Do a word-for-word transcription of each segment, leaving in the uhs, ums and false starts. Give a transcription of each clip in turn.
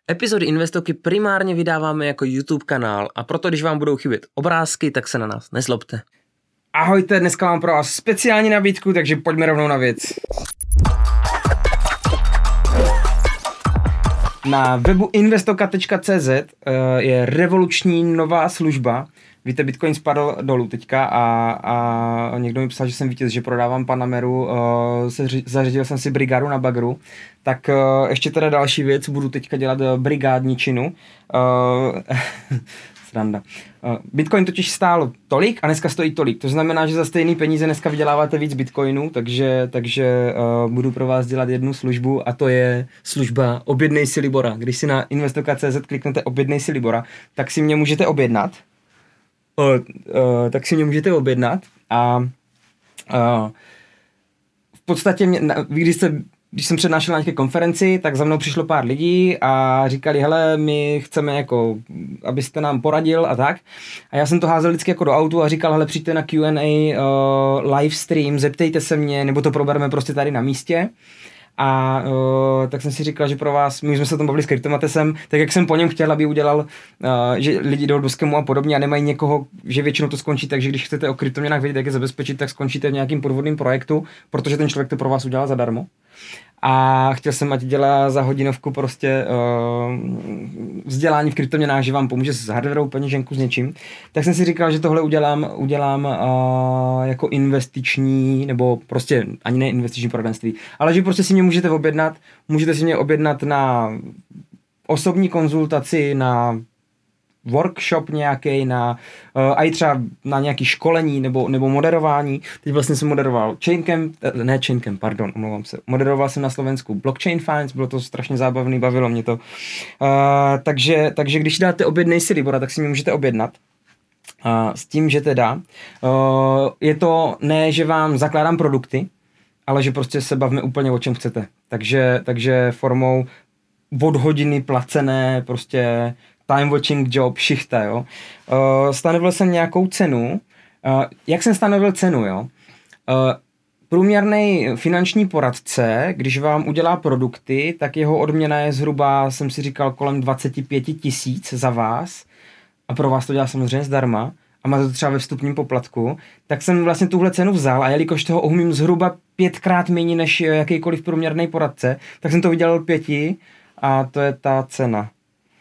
Epizody Investoky primárně vydáváme jako YouTube kanál a proto, když vám budou chybět obrázky, tak se na nás nezlobte. Ahojte, dneska mám pro vás speciální nabídku, takže pojďme rovnou na věc. Na webu investoka tečka cé zet je revoluční nová služba. Víte, Bitcoin spadl dolů teďka a, a někdo mi psal, že jsem vítěz, že prodávám Panameru, uh, se, zařídil jsem si brigádu na bagru, tak uh, ještě teda další věc, budu teďka dělat uh, brigádničinu. Uh, sranda. Uh, Bitcoin totiž stál tolik a dneska stojí tolik, to znamená, že za stejný peníze dneska vyděláváte víc Bitcoinu, takže, takže uh, budu pro vás dělat jednu službu a to je služba objednej si Libora. Když si na investoka tečka cé zet kliknete objednej si Libora, tak si mě můžete objednat. Uh, uh, tak si mě můžete objednat a uh, v podstatě, mě, když, se, když jsem přednášel na nějaké konferenci, tak za mnou přišlo pár lidí a říkali, hele, my chceme jako, abyste nám poradil a tak. A já jsem to házel vždycky jako do autu a říkal, hele, přijďte na Q and A uh, live stream, zeptejte se mě, nebo to probereme prostě tady na místě. A uh, tak jsem si říkal, že pro vás, my jsme se o tom bavili s Kryptomatesem, tak jak jsem po něm chtěl, aby udělal, uh, že lidi jdou do skému a podobně a nemají někoho, že většinou to skončí tak, že když chcete o kryptoměnách vědět, jak je zabezpečit, tak skončíte v nějakým podvodným projektu, protože ten člověk to pro vás udělal zadarmo. A chtěl jsem, ať dělá za hodinovku prostě uh, vzdělání v kryptoměnách, že vám pomůže s hardwarou, peněženku, s něčím. Tak jsem si říkal, že tohle udělám, udělám uh, jako investiční, nebo prostě ani ne investiční poradenství, ale že prostě si mě můžete objednat, můžete si mě objednat na osobní konzultaci, na workshop nějaký, na uh, a i třeba na nějaký školení nebo, nebo moderování. Teď vlastně jsem moderoval Chaincamp, ne Chaincamp, pardon, omlouvám se. Moderoval jsem na Slovensku Blockchain Finance, bylo to strašně zábavný, bavilo mě to. Uh, takže, takže když dáte objednej si Libora, tak si mě můžete objednat. Uh, s tím, že teda uh, je to ne, že vám zakládám produkty, ale že prostě se bavíme úplně o čem chcete. Takže, takže formou od hodiny placené, prostě time watching job, šichta, jo. Uh, stanovil jsem nějakou cenu. Uh, jak jsem stanovil cenu, jo? Uh, průměrný finanční poradce, když vám udělá produkty, tak jeho odměna je zhruba, jsem si říkal, kolem dvacet pět tisíc za vás. A pro vás to dělá samozřejmě zdarma. A máte to třeba ve vstupním poplatku. Tak jsem vlastně tuhle cenu vzal a jelikož toho umím zhruba pětkrát méně než jakýkoliv průměrný poradce, tak jsem to vydělal pěti a to je ta cena.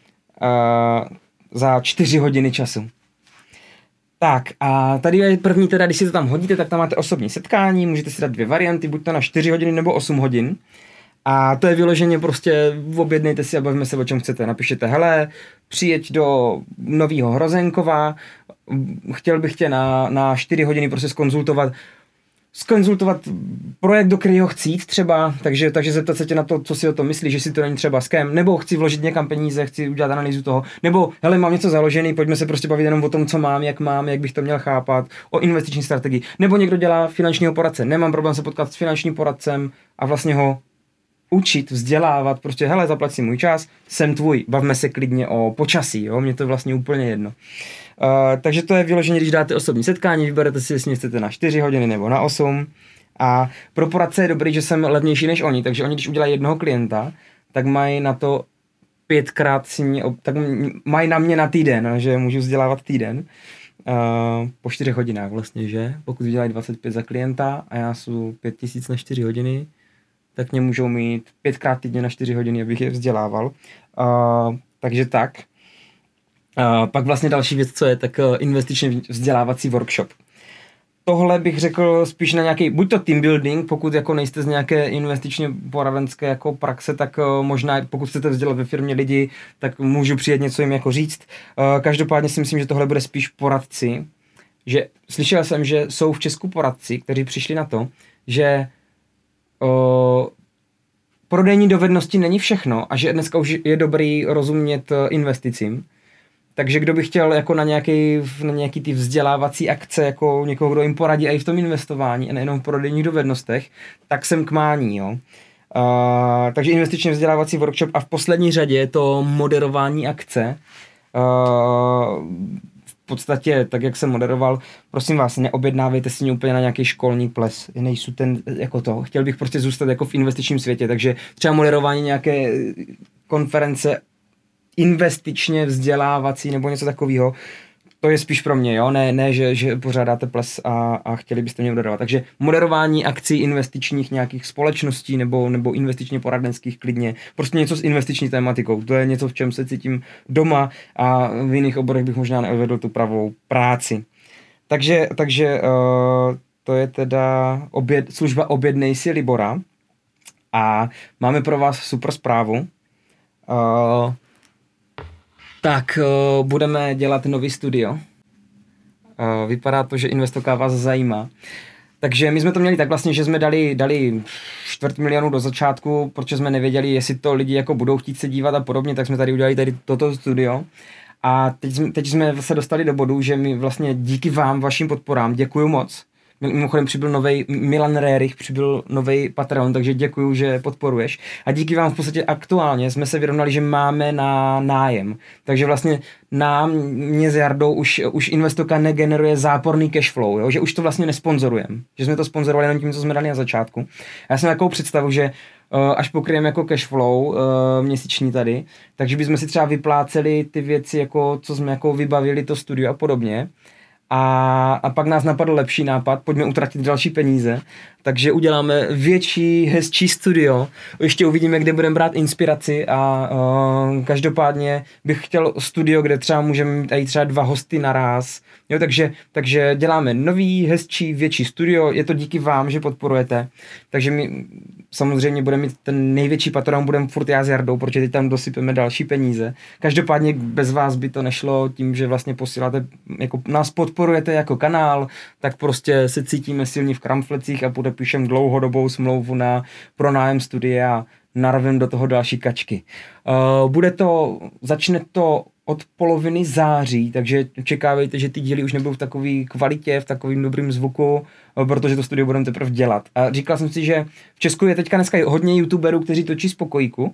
Uh, za čtyři hodiny času. Tak a tady je první teda, když si to tam hodíte, tak tam máte osobní setkání, můžete si dát dvě varianty, buď to na čtyři hodiny nebo osm hodin. A to je vyloženě prostě, objednejte si a bavíme se o čem chcete. Napíšete, hele, přijeď do Novýho Hrozenkova, chtěl bych tě na, na čtyři hodiny prostě zkonzultovat, zkonzultovat projekt, do kterého chci jít třeba, takže, takže zeptat se tě na to, co si o tom myslíš, že si to není třeba scam, nebo chci vložit někam peníze, chci udělat analýzu toho, nebo hele, mám něco založený, pojďme se prostě bavit jenom o tom, co mám, jak mám, jak bych to měl chápat, o investiční strategii, nebo někdo dělá finančního poradce, nemám problém se potkat s finančním poradcem a vlastně ho učit, vzdělávat, prostě hele, zaplať si můj čas, jsem tvůj, bavme se klidně o počasí, jo, mně to je vlastně úplně jedno. Uh, takže to je vyloženě, když dáte osobní setkání, vyberete si, jestli chcete na čtyři hodiny nebo na osm. A pro poradce je dobrý, že jsem levnější než oni, takže oni, když udělají jednoho klienta, tak mají na to pětkrát si mě, tak mají na mě na týden, že můžu vzdělávat týden. Uh, po čtyřech hodinách vlastně, že? Pokud vydělají dvacet pět za klienta a já jsou pět tisíc na čtyři hodiny, tak mě můžou mít pětkrát týdně na čtyři hodiny, abych je vzdělával. Uh, takže tak. Uh, pak vlastně další věc, co je, tak uh, investičně vzdělávací workshop. Tohle bych řekl spíš na nějaký, buď to team building, pokud jako nejste z nějaké investičně poradenské jako praxe, tak uh, možná pokud chcete vzdělat ve firmě lidi, tak můžu přijet něco jim jako říct. Uh, každopádně si myslím, že tohle bude spíš poradci, že slyšel jsem, že jsou v Česku poradci, kteří přišli na to, že uh, prodejní dovednosti není všechno a že dneska už je dobrý rozumět investicím. Takže kdo by chtěl jako na nějaký, na nějaký ty vzdělávací akce, jako někoho, kdo jim poradí i v tom investování a nejenom v prodejních dovednostech, tak jsem k mání, jo. Uh, takže investičně vzdělávací workshop a v poslední řadě je to moderování akce. Uh, v podstatě, tak jak jsem moderoval, prosím vás, neobjednávejte si mě úplně na nějaký školní ples. Nejsou ten, jako to. Chtěl bych prostě zůstat jako v investičním světě, takže třeba moderování nějaké konference investičně vzdělávací nebo něco takového, to je spíš pro mě, jo, ne, ne že, že pořádáte ples a, a chtěli byste mě moderovat. Takže moderování akcí investičních nějakých společností nebo, nebo investičně poradenských klidně, prostě něco s investiční tématikou, to je něco, v čem se cítím doma a v jiných oborech bych možná neodvedl tu pravou práci. Takže, takže uh, to je teda oběd, služba Objednej si Libora a máme pro vás super zprávu. Uh, Tak, uh, budeme dělat nový studio. Uh, vypadá to, že Investoka vás zajímá. Takže my jsme to měli tak vlastně, že jsme dali, dali čtvrt milionu do začátku, protože jsme nevěděli, jestli to lidi jako budou chtít se dívat a podobně, tak jsme tady udělali tady toto studio. A teď, teď jsme se dostali do bodu, že my vlastně díky vám, vašim podporám, děkuju moc. Mimochodem přibyl novej, Milan Rérich přibyl novej Patreon, takže děkuju, že podporuješ. A díky vám v podstatě aktuálně jsme se vyrovnali, že máme na nájem. Takže vlastně nám, mě s Jardou, už, už Investoka negeneruje záporný cashflow, jo? Že už to vlastně nesponzorujeme. Že jsme to sponzorovali jenom tím, co jsme dali na začátku. A já jsem takovou představu, že uh, až pokryjeme jako cashflow uh, měsíční tady, takže bychom si třeba vypláceli ty věci, jako, co jsme jako vybavili to studio a podobně. A, a pak nás napadl lepší nápad, pojďme utratit další peníze, takže uděláme větší, hezčí studio, ještě uvidíme, kde budeme brát inspiraci a uh, každopádně bych chtěl studio, kde třeba můžeme mít i třeba dva hosty naraz, jo, takže, takže děláme nový, hezčí, větší studio, je to díky vám, že podporujete, takže my samozřejmě budeme mít ten největší patron, budeme furt já s Jardou, protože teď tam dosypeme další peníze, každopádně bez vás by to nešlo tím, že vlastně posíláte, jako nás podporujete jako kanál, tak prostě se cítíme silní v kramflecích a podepíšeme dlouhodobou smlouvu na pronájem studia a narvem do toho další kačky. Uh, bude to, začne to od poloviny září, takže čekávejte, že ty díly už nebudou v takové kvalitě, v takovým dobrým zvuku, protože to studio budeme teprve dělat. A říkal jsem si, že v Česku je teďka dneska hodně youtuberů, kteří točí z pokojíku,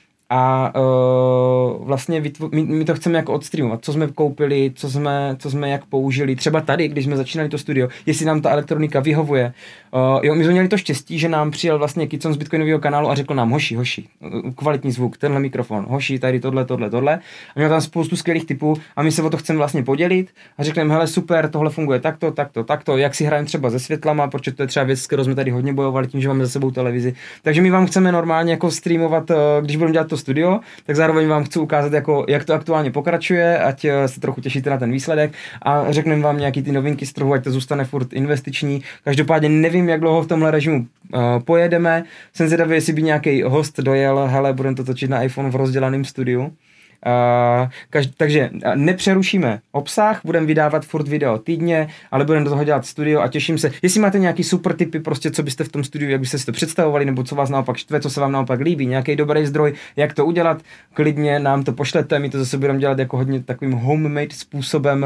a uh, vlastně vytvo- my, my to chceme jako odstreamovat, co jsme koupili, co jsme, co jsme jak použili, třeba tady, když jsme začínali to studio, jestli nám ta elektronika vyhovuje. Uh, jo, my jsme měli to štěstí, že nám přijel vlastně Kicon z Bitcoinového kanálu a řekl nám, hoši, hoši, kvalitní zvuk, tenhle mikrofon, hoši, tady tohle, tohle, tohle. A měl tam spoustu skvělých typů a my se o to chceme vlastně podělit a řekneme, hele super, tohle funguje takto, takto, takto, jak si hrajeme třeba se světlama, protože to je třeba věc, s kterou jsme tady hodně bojovali tím, že máme za sebou televizi. Takže my vám chceme normálně jako streamovat, když budeme dělat to studio, tak zároveň vám chci ukázat, jako, jak to aktuálně pokračuje, ať se trochu těšíte na ten výsledek a řekneme vám nějaký ty novinky z trhu, ať to zůstane furt investiční. Každopádně nevím, jak dlouho v tomhle režimu uh, pojedeme. Jsem zvědavý, jestli by nějaký host dojel, hele, budeme to točit na iPhone v rozdělaném studiu. Uh, každ- takže nepřerušíme obsah, budeme vydávat furt video týdně, ale budeme do toho dělat studio a těším se. Jestli máte nějaký super tipy, prostě co byste v tom studiu, jak byste si to představovali, nebo co vás naopak štve, co se vám naopak líbí, nějaký dobrý zdroj, jak to udělat, klidně nám to pošlete, my to zase budeme dělat jako hodně takovým homemade způsobem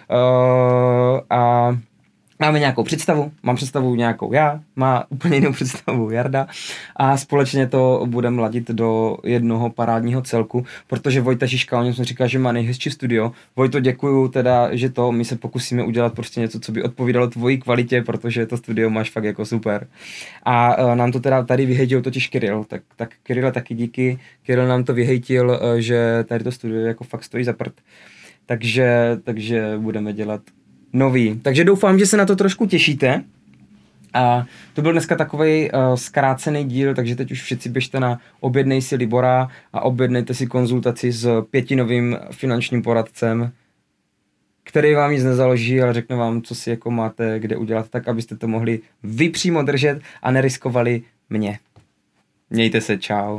uh, a máme nějakou představu, mám představu nějakou já, má úplně jinou představu Jarda a společně to budeme ladit do jednoho parádního celku, protože Vojta Žižka, o něm jsem říkal, že má nejhezčí studio. Vojto, děkuju teda, že to my se pokusíme udělat prostě něco, co by odpovídalo tvojí kvalitě, protože to studio máš fakt jako super. A uh, nám to teda tady vyhejtil totiž Kiril, tak, tak Kirile taky díky. Kiril nám to vyhejtil, uh, že tady to studio jako fakt stojí za prd. Takže, takže budeme dělat nový. Takže doufám, že se na to trošku těšíte. A to byl dneska takovej uh, zkrácený díl, takže teď už všichni běžte na Objednej si Libora a objednejte si konzultaci s pětinovým finančním poradcem, který vám nic nezaloží, ale řekne vám, co si jako máte kde udělat, tak abyste to mohli vy přímo držet a neriskovali mě. Mějte se, čau.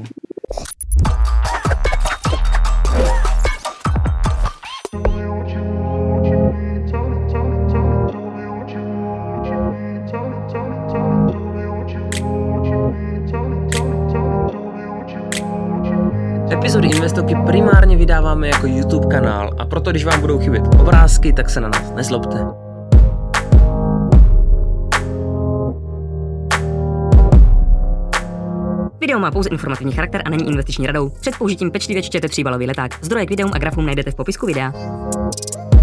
Epizody Investoky primárně vydáváme jako YouTube kanál a proto, když vám budou chybět obrázky, tak se na nás nezlobte. Video má pouze informativní charakter a není investiční radou. Před použitím pečlivě čtěte tříbalový leták. Zdroje k videům a grafům najdete v popisku videa.